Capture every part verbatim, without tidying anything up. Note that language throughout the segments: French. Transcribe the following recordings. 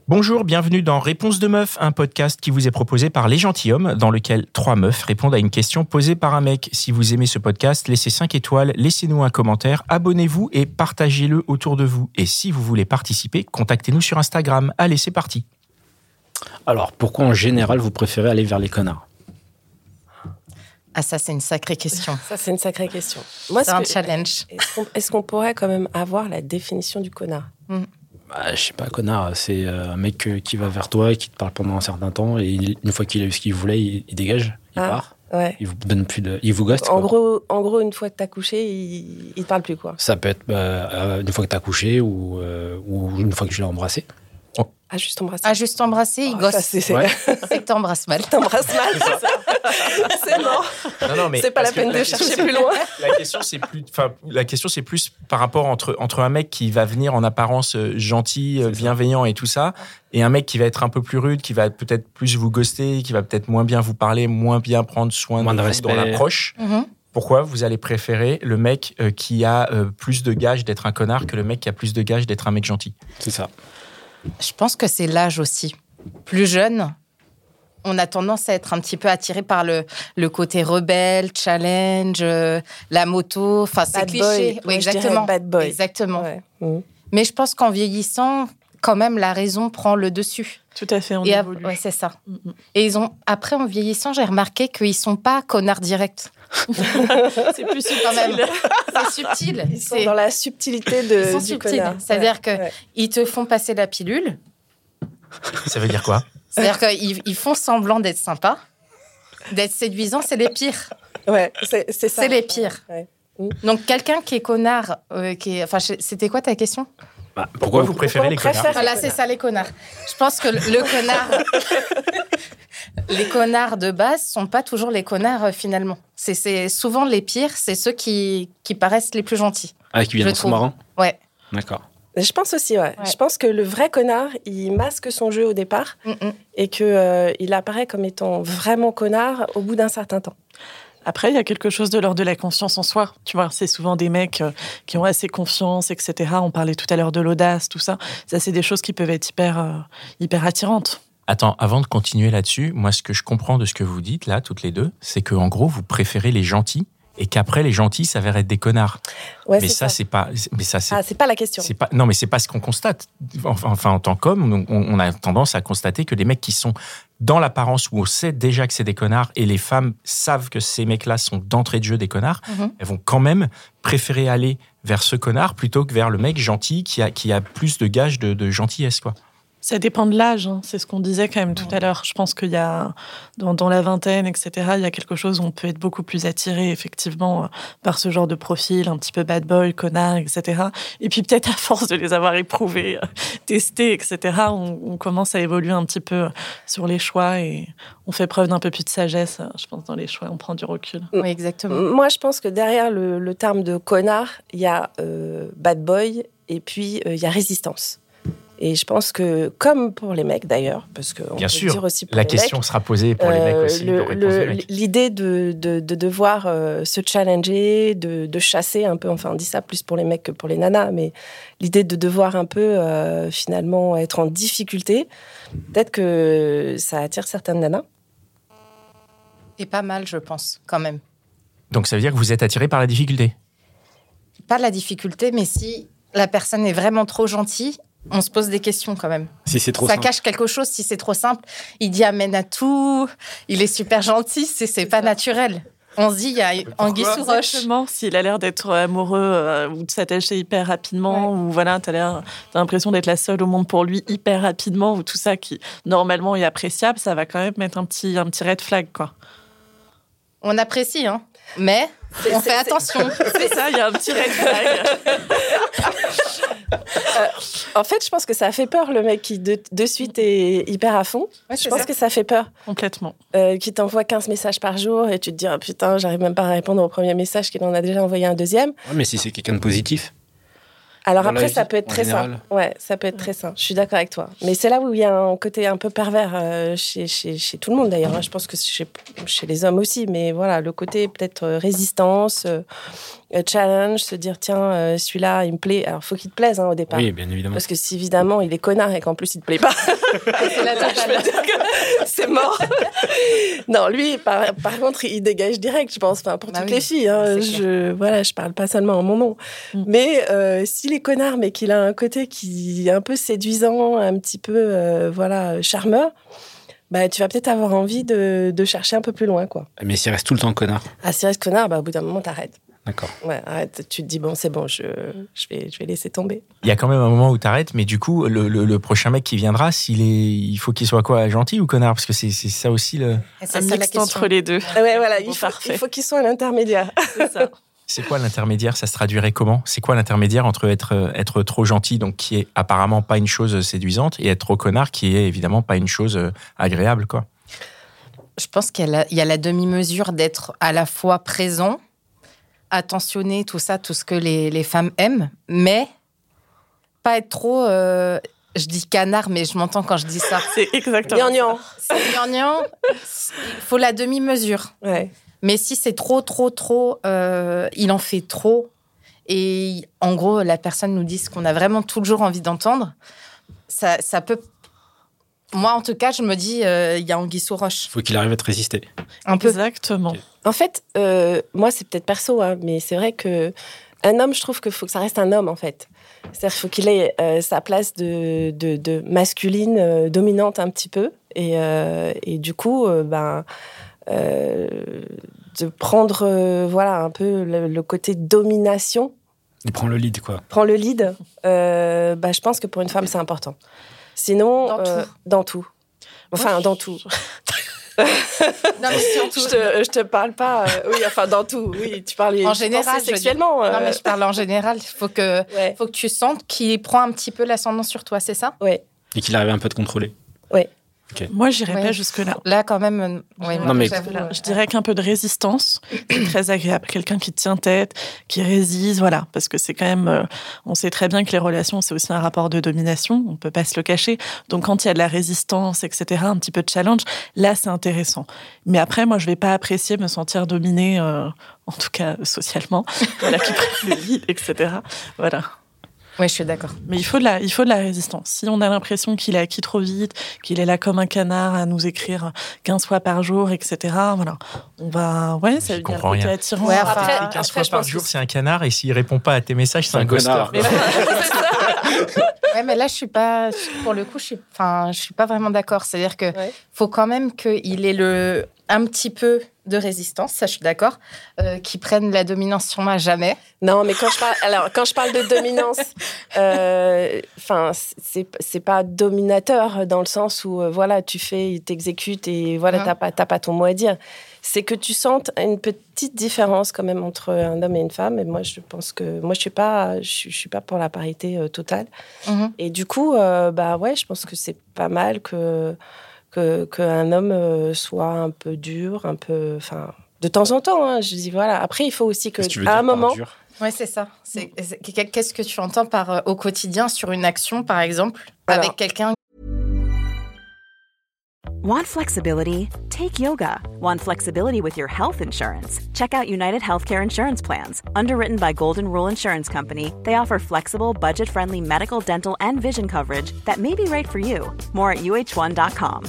Bonjour, bienvenue dans Réponse de meuf, un podcast qui vous est proposé par Les Gentilshommes, dans lequel trois meufs répondent à une question posée par un mec. Si vous aimez ce podcast, laissez cinq étoiles, laissez-nous un commentaire, abonnez-vous et partagez-le autour de vous. Et si vous voulez participer, contactez-nous sur Instagram. Allez, c'est parti. Alors, pourquoi en général vous préférez aller vers les connards ? Ah, ça, c'est une sacrée question. Ça, c'est une sacrée question. Moi, c'est un que, challenge. Est-ce qu'on, est-ce qu'on pourrait quand même avoir la définition du connard ? mm. Bah, je sais pas, connard, c'est un mec qui va vers toi et qui te parle pendant un certain temps et une fois qu'il a eu ce qu'il voulait, il, il dégage, il ah, part. Ouais. Il vous donne plus de, il vous ghoste. En quoi. gros, en gros, une fois que t'as couché, il, il te parle plus quoi. Ça peut être bah, une fois que t'as couché ou, euh, ou une fois que je l'ai embrassé. Oh. Ah, juste embrasser. Ah, juste embrasser, il oh, gosse. Ça, c'est, c'est... Ouais. c'est que t'embrasses mal. T'embrasses mal, c'est ça. C'est mort. Non, non, mais c'est pas la peine de chercher plus loin. La question, c'est plus, la question, c'est plus par rapport entre, entre un mec qui va venir en apparence gentil, c'est bienveillant ça. Et tout ça, et un mec qui va être un peu plus rude, qui va peut-être plus vous ghoster, qui va peut-être moins bien vous parler, moins bien prendre soin moins de, de vous respect. Dans l'approche. Mm-hmm. Pourquoi vous allez préférer le mec euh, qui a euh, plus de gages d'être un connard que le mec qui a plus de gages d'être un mec gentil ? C'est ça. Je pense que c'est l'âge aussi. Plus jeune, on a tendance à être un petit peu attiré par le, le côté rebelle, challenge, euh, la moto, enfin c'est cliché. Oui, exactement. Bad boy. Exactement. Ouais. Mmh. Mais je pense qu'en vieillissant, quand même, la raison prend le dessus. Tout à fait, on Et évolue. À... Ouais, c'est ça. Mmh. Et ils ont... après, en vieillissant, j'ai remarqué qu'ils ne sont pas connards directs. C'est plus subtil. Quand même. C'est subtil. Ils sont c'est... dans la subtilité de, ils sont du subtils. connard. C'est-à-dire ouais. qu'ils ouais. te font passer la pilule. Ça veut dire quoi ? C'est-à-dire qu'ils ils font semblant d'être sympas, d'être séduisants, c'est les pires. Ouais, c'est, c'est ça. C'est les pires. Ouais. Mmh. Donc, quelqu'un qui est connard, euh, qui est... enfin, c'était quoi ta question ? Bah, pourquoi, pourquoi vous préférez pourquoi les connards ? Voilà, c'est ça, les connards. Je pense que le, le connard... les connards de base sont pas toujours les connards, euh, finalement. C'est, c'est souvent les pires, c'est ceux qui, qui paraissent les plus gentils. Ah, qui viennent en sous-marin ? Ouais. D'accord. Je pense aussi, ouais. ouais. Je pense que le vrai connard, il masque son jeu au départ Mm-mm. et qu'il euh, apparaît comme étant vraiment connard au bout d'un certain temps. Après, il y a quelque chose de l'ordre de la confiance en soi. Tu vois, c'est souvent des mecs euh, qui ont assez confiance, et cetera. On parlait tout à l'heure de l'audace, tout ça. Ça, c'est des choses qui peuvent être hyper, euh, hyper attirantes. Attends, avant de continuer là-dessus, moi, ce que je comprends de ce que vous dites, là, toutes les deux, c'est qu'en gros, vous préférez les gentils et qu'après, les gentils s'avèrent être des connards. Ouais, mais c'est ça, ça, c'est pas... Mais ça, c'est, ah, c'est pas la question. C'est pas, non, mais c'est pas ce qu'on constate. Enfin, enfin en tant qu'homme, on, on a tendance à constater que les mecs qui sont dans l'apparence où on sait déjà que c'est des connards et les femmes savent que ces mecs-là sont d'entrée de jeu des connards, mm-hmm. elles vont quand même préférer aller vers ce connard plutôt que vers le mec gentil qui a, qui a plus de gages de, de gentillesse, quoi. Ça dépend de l'âge, hein. C'est ce qu'on disait quand même tout à l'heure. Je pense qu'il y a, dans, dans la vingtaine, et cetera, il y a quelque chose où on peut être beaucoup plus attiré, effectivement, par ce genre de profil, un petit peu bad boy, connard, et cetera. Et puis peut-être à force de les avoir éprouvés, testés, et cetera, on, on commence à évoluer un petit peu sur les choix et on fait preuve d'un peu plus de sagesse, je pense, dans les choix. On prend du recul. Oui, exactement. Moi, je pense que derrière le, le terme de connard, il y a euh, bad boy et puis il euh, y a résistance. Et je pense que, comme pour les mecs d'ailleurs, parce qu'on Bien peut sûr, dire aussi pour la les question mecs, sera posée pour euh, les mecs aussi. Le, le, mecs. L'idée de, de, de devoir euh, se challenger, de, de chasser un peu, enfin on dit ça plus pour les mecs que pour les nanas, mais l'idée de devoir un peu euh, finalement être en difficulté, peut-être que ça attire certaines nanas. Et pas mal, je pense, quand même. Donc ça veut dire que vous êtes attiré par la difficulté ? Pas la difficulté, mais si la personne est vraiment trop gentille, on se pose des questions quand même. Si c'est trop ça simple. cache quelque chose si c'est trop simple. Il dit amène à tout, il est super gentil, c'est, c'est, c'est pas ça. Naturel. On se dit, il y a anguille sous roche. Exactement, s'il a l'air d'être amoureux euh, ou de s'attacher hyper rapidement, ouais. ou voilà, t'as, l'air, t'as l'impression d'être la seule au monde pour lui hyper rapidement, ou tout ça qui, normalement, est appréciable, ça va quand même mettre un petit, un petit red flag, quoi. On apprécie, hein, mais c'est, on c'est, fait c'est, attention. C'est ça, il y a un petit red flag. euh, en fait, je pense que ça a fait peur, le mec qui de, de suite est hyper à fond. Ouais, je pense ça. que ça fait peur. Complètement. Euh, qui t'envoie quinze messages par jour et tu te dis, oh, putain, j'arrive même pas à répondre au premier message qu'il en a déjà envoyé un deuxième. Ouais, mais si c'est quelqu'un de positif. Alors après, ça peut être très sain. Ouais, ça peut être très sain. Je suis d'accord avec toi. Mais c'est là où il y a un côté un peu pervers euh, chez, chez, chez tout le monde d'ailleurs. Je pense que chez, chez les hommes aussi. Mais voilà, le côté peut-être résistance, euh, challenge, se dire tiens, euh, celui-là, il me plaît. Alors, faut qu'il te plaise hein, au départ. Oui, bien évidemment. Parce que si évidemment il est connard et qu'en plus il te plaît pas, C'est la totale. c'est mort. Non, lui, par, par contre, il dégage direct, je pense. Enfin, pour bah toutes oui, les filles, hein, je voilà, je parle pas seulement en mon nom. Mm. Mais euh, s'il est connard, mais qu'il a un côté qui est un peu séduisant, un petit peu euh, voilà charmeur. Bah, tu vas peut-être avoir envie de, de chercher un peu plus loin, quoi. Mais s'il reste tout le temps connard. Ah, s'il reste connard, bah, au bout d'un moment, t'arrêtes. D'accord. Ouais, arrête. Tu te dis, bon, c'est bon, je, je, vais, je vais laisser tomber. Il y a quand même un moment où t'arrêtes, mais du coup, le, le, le prochain mec qui viendra, s'il est, il faut qu'il soit quoi, gentil ou connard? Parce que c'est, c'est ça aussi le... C'est un mix entre les deux. Ah ouais, voilà, il faut, il faut qu'il soit à l'intermédiaire. C'est ça. C'est quoi l'intermédiaire? Ça se traduirait comment? C'est quoi l'intermédiaire entre être, être trop gentil, donc qui est apparemment pas une chose séduisante, et être trop connard, qui est évidemment pas une chose agréable, quoi? Je pense qu'il y a la, il y a la demi-mesure d'être à la fois présent, attentionné, tout ça, tout ce que les, les femmes aiment, mais pas être trop... Euh, je dis canard, mais je m'entends quand je dis ça. C'est exactement gnangnan. C'est gnangnan. Il faut la demi-mesure. Ouais. Mais si c'est trop, trop, trop, euh, il en fait trop, et en gros, la personne nous dit ce qu'on a vraiment toujours envie d'entendre, ça, ça peut... Moi, en tout cas, je me dis, il euh, y a anguille sous roche. Il faut qu'il arrive à te résister. Un peu. Exactement. Okay. En fait, euh, moi, c'est peut-être perso, hein, mais c'est vrai que un homme, je trouve qu'il faut que ça reste un homme, en fait. C'est-à-dire qu'il faut qu'il ait euh, sa place de, de, de masculine, euh, dominante un petit peu. Et, euh, et du coup, euh, ben, euh, de prendre euh, voilà, un peu le, le côté domination. Il prend le lead, quoi. Prend le lead. Euh, bah, je pense que pour une femme, c'est important. Sinon, dans, euh, tout. dans tout. Enfin, Moi, dans je... tout. Non, mais surtout, je te, je te parle pas. Euh, oui, enfin, dans tout. Oui, tu parles en général, sexuellement. Euh... Non, mais je parle en général. Il faut que, ouais. faut que tu sentes qu'il prend un petit peu l'ascendant sur toi, c'est ça? Oui. Et qu'il arrive un peu à te contrôler. Oui. Okay. Moi, j'irais ouais. pas jusque-là. Là, quand même, ouais, non, mais... là, je dirais qu'un peu de résistance, c'est très agréable. Quelqu'un qui tient tête, qui résiste, voilà. Parce que c'est quand même... Euh, on sait très bien que les relations, c'est aussi un rapport de domination. On peut pas se le cacher. Donc, quand il y a de la résistance, et cetera, un petit peu de challenge, là, c'est intéressant. Mais après, moi, je vais pas apprécier me sentir dominée, euh, en tout cas socialement, voilà, qui prenne le lead, et cetera. Voilà. Oui, je suis d'accord. Mais il faut de la, il faut de la résistance. Si on a l'impression qu'il est acquis trop vite, qu'il est là comme un canard à nous écrire quinze fois par jour, et cetera, voilà, on va... Ouais, ça veut dire le côté attirant. Ouais, après, après, quinze fois par jour, c'est un canard, et s'il répond pas à tes messages, c'est un, un ghoster. Mais ouais, mais là, je suis pas... Pour le coup, je suis, enfin, je suis pas vraiment d'accord. C'est-à-dire que ouais. faut quand même qu'il ait le... un petit peu de résistance, ça je suis d'accord, euh, qui prennent la dominance sur moi, jamais. Non, mais quand je parle, alors, quand je parle de dominance, euh, c'est, c'est pas dominateur dans le sens où, euh, voilà, tu fais, il t'exécute et voilà, mmh. t'as pas, t'as pas ton mot à dire. C'est que tu sentes une petite différence quand même entre un homme et une femme. Et moi, je pense que, moi, je suis pas, je, je suis pas pour la parité euh, totale. Mmh. Et du coup, euh, bah ouais, je pense que c'est pas mal que que qu'un homme soit un peu dur, un peu, enfin, de temps en temps. Hein, je dis voilà. Après, il faut aussi que Qu'est-ce que tu veux à dire un moment. Dur ouais, c'est ça. C'est, c'est, qu'est-ce que tu entends par euh, au quotidien sur une action, par exemple, alors, avec quelqu'un? Want flexibility? Take yoga. Want flexibility with your health insurance? Check out United Healthcare Insurance Plans. Underwritten by Golden Rule Insurance Company, they offer flexible, budget-friendly medical, dental, and vision coverage that may be right for you. More at U H one dot com.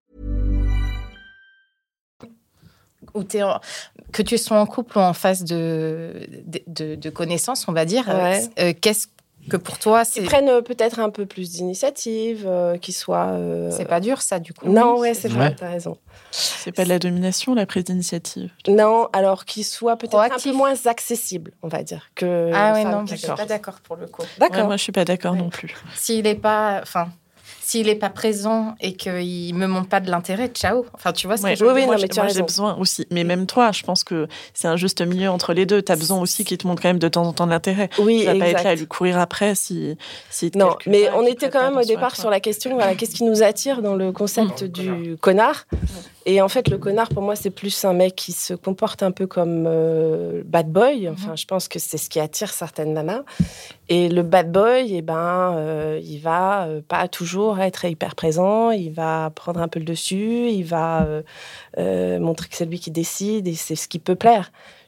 Ou t'es en, que tu sois en couple ou en phase de, de, de, de connaissances, on va dire, ouais. euh, qu'est-ce que pour toi, c'est... Ils prennent euh, peut-être un peu plus d'initiative, euh, qu'ils soient... Euh... C'est pas dur, ça, du coup. Non, oui, ouais, c'est vrai, ouais. T'as raison. C'est pas de la domination, la prise d'initiative. Non, alors qu'ils soient peut-être Proactif. un peu moins accessibles, on va dire. Que ah oui, non, je suis pas d'accord pour le coup. D'accord. Ouais, moi, je suis pas d'accord ouais. non plus. S'il est pas... Enfin... S'il n'est pas présent et qu'il ne me montre pas de l'intérêt, ciao. Enfin, tu vois ce ouais, que je veux oui, dire. Oui, moi, mais tu moi, j'ai besoin aussi. Mais même toi, je pense que c'est un juste milieu entre les deux. Tu as besoin aussi qu'il te montre quand même de temps en temps de l'intérêt. Oui, tu vas exact. pas être là à lui courir après si, si non, mais on était quand même au départ sur la question, voilà, qu'est-ce qui nous attire dans le concept mmh. du connard. Et en fait, le connard, pour moi, c'est plus un mec qui se comporte un peu comme euh, bad boy. Enfin, mmh. je pense que c'est ce qui attire certaines nanas. Et le bad boy, eh ben, euh, il va euh, pas toujours être hyper présent. Il va prendre un peu le dessus. Il va euh, euh, montrer que c'est lui qui décide et c'est ce qui peut plaire.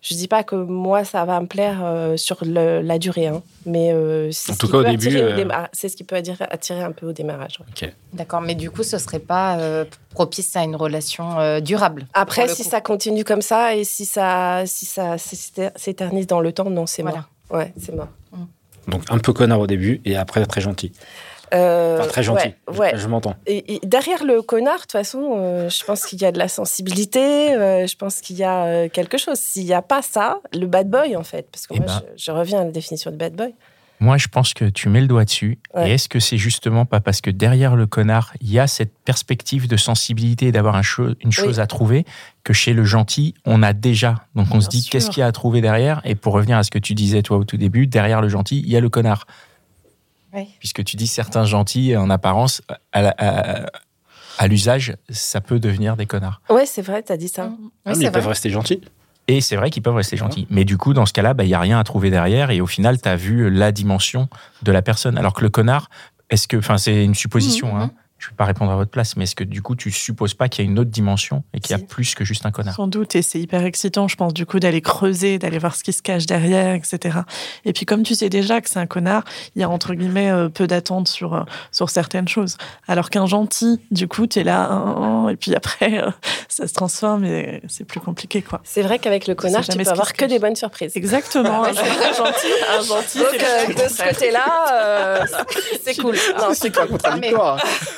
Je dis pas que moi, ça va me plaire euh, sur le, la durée, hein, mais euh, c'est, en ce tout qui cas, peut au début, attirer euh... au déma- c'est ce qui peut attirer, attirer un peu au démarrage. Ouais. Okay. D'accord, mais du coup, ce serait pas euh, propice à une relation euh, durable. Après, si coup. ça continue comme ça et si ça, si ça s'éternise dans le temps, non, c'est voilà. mort. Ouais, c'est mort. Donc un peu connard au début et après très gentil. Euh, enfin, très gentil, ouais, ouais. Je, je m'entends. Et, et derrière le connard, de toute façon, euh, je pense qu'il y a de la sensibilité, euh, je pense qu'il y a euh, quelque chose. S'il n'y a pas ça, le bad boy, en fait, parce que eh moi, ben, je, je reviens à la définition de bad boy. Moi, je pense que tu mets le doigt dessus. Ouais. Et est-ce que c'est justement pas parce que derrière le connard, il y a cette perspective de sensibilité et d'avoir un cho- une chose oui. à trouver que chez le gentil, on a déjà. Donc on Bien se dit, sûr. Qu'est-ce qu'il y a à trouver derrière ? Et pour revenir à ce que tu disais, toi, au tout début, derrière le gentil, il y a le connard. Oui. Puisque tu dis certains gentils, en apparence, à, la, à, à l'usage, ça peut devenir des connards. Ouais, c'est vrai, t'as dit ça. Mmh. Oui, ah, mais ils peuvent rester gentils. Et c'est vrai qu'ils peuvent rester gentils. Mais du coup, dans ce cas-là, il bah, n'y a rien à trouver derrière. Et au final, tu as vu la dimension de la personne. Alors que le connard, est-ce que, enfin, c'est une supposition, mmh. hein. Je ne vais pas répondre à votre place, mais est-ce que du coup, tu ne supposes pas qu'il y a une autre dimension et qu'il y a plus que juste un connard ? Sans doute, et c'est hyper excitant, je pense, du coup, d'aller creuser, d'aller voir ce qui se cache derrière, et cetera. Et puis, comme tu sais déjà que c'est un connard, il y a entre guillemets euh, peu d'attente sur, euh, sur certaines choses. Alors qu'un gentil, du coup, tu es là, hein, et puis après, euh, ça se transforme et c'est plus compliqué, quoi. C'est vrai qu'avec le connard, tu peux avoir que des bonnes surprises. Exactement. un gentil, un gentil. Donc, euh, de ce côté-là, euh, c'est cool. Non, c'est pas contradictoire.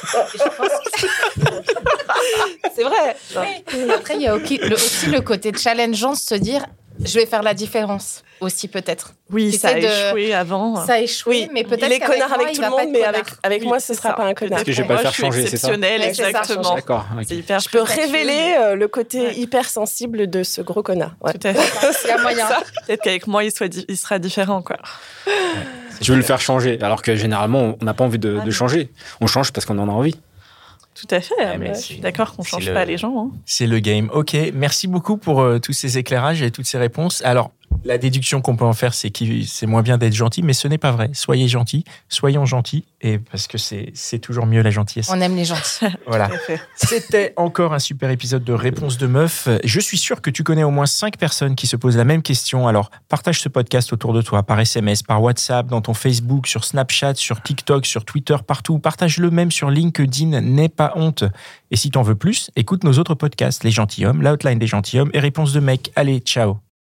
C'est vrai. Oui. Après, il y a aussi le, aussi le côté challengeant de se dire je vais faire la différence aussi peut-être. Oui, tu ça a de... échoué avant. Ça a échoué, oui, mais peut-être il est connard avec moi, tout le monde, mais avec, avec oui, moi, ce ne sera ça. pas un connard. Parce que je vais pas le faire changer, c'est ça ? Exceptionnel, exactement. D'accord. Okay. C'est hyper je peux révéler euh, le côté ouais. hyper sensible de ce gros connard. Ouais. Tout à fait. Il y a moyen. Peut-être qu'avec moi, il, soit di- il sera différent, quoi. Ouais. Tu veux le faire changer, alors que généralement, on n'a pas envie de, de changer. On change parce qu'on en a envie. Tout à fait, ouais, mais je suis d'accord qu'on ne change le, pas les gens. Hein. C'est le game. Ok, merci beaucoup pour euh, tous ces éclairages et toutes ces réponses. Alors, la déduction qu'on peut en faire, c'est que c'est moins bien d'être gentil, mais ce n'est pas vrai. Soyez gentils, soyons gentils, et parce que c'est, c'est toujours mieux la gentillesse. On aime les gentils. Voilà. C'était encore un super épisode de Réponse de Meuf. Je suis sûr que tu connais au moins cinq personnes qui se posent la même question. Alors, partage ce podcast autour de toi, par S M S, par WhatsApp, dans ton Facebook, sur Snapchat, sur TikTok, sur Twitter, partout. Partage-le même sur LinkedIn, n'aie pas honte. Et si t'en veux plus, écoute nos autres podcasts, Les Gentilshommes, l'Outline des Gentilshommes et Réponse de Mec. Allez, ciao.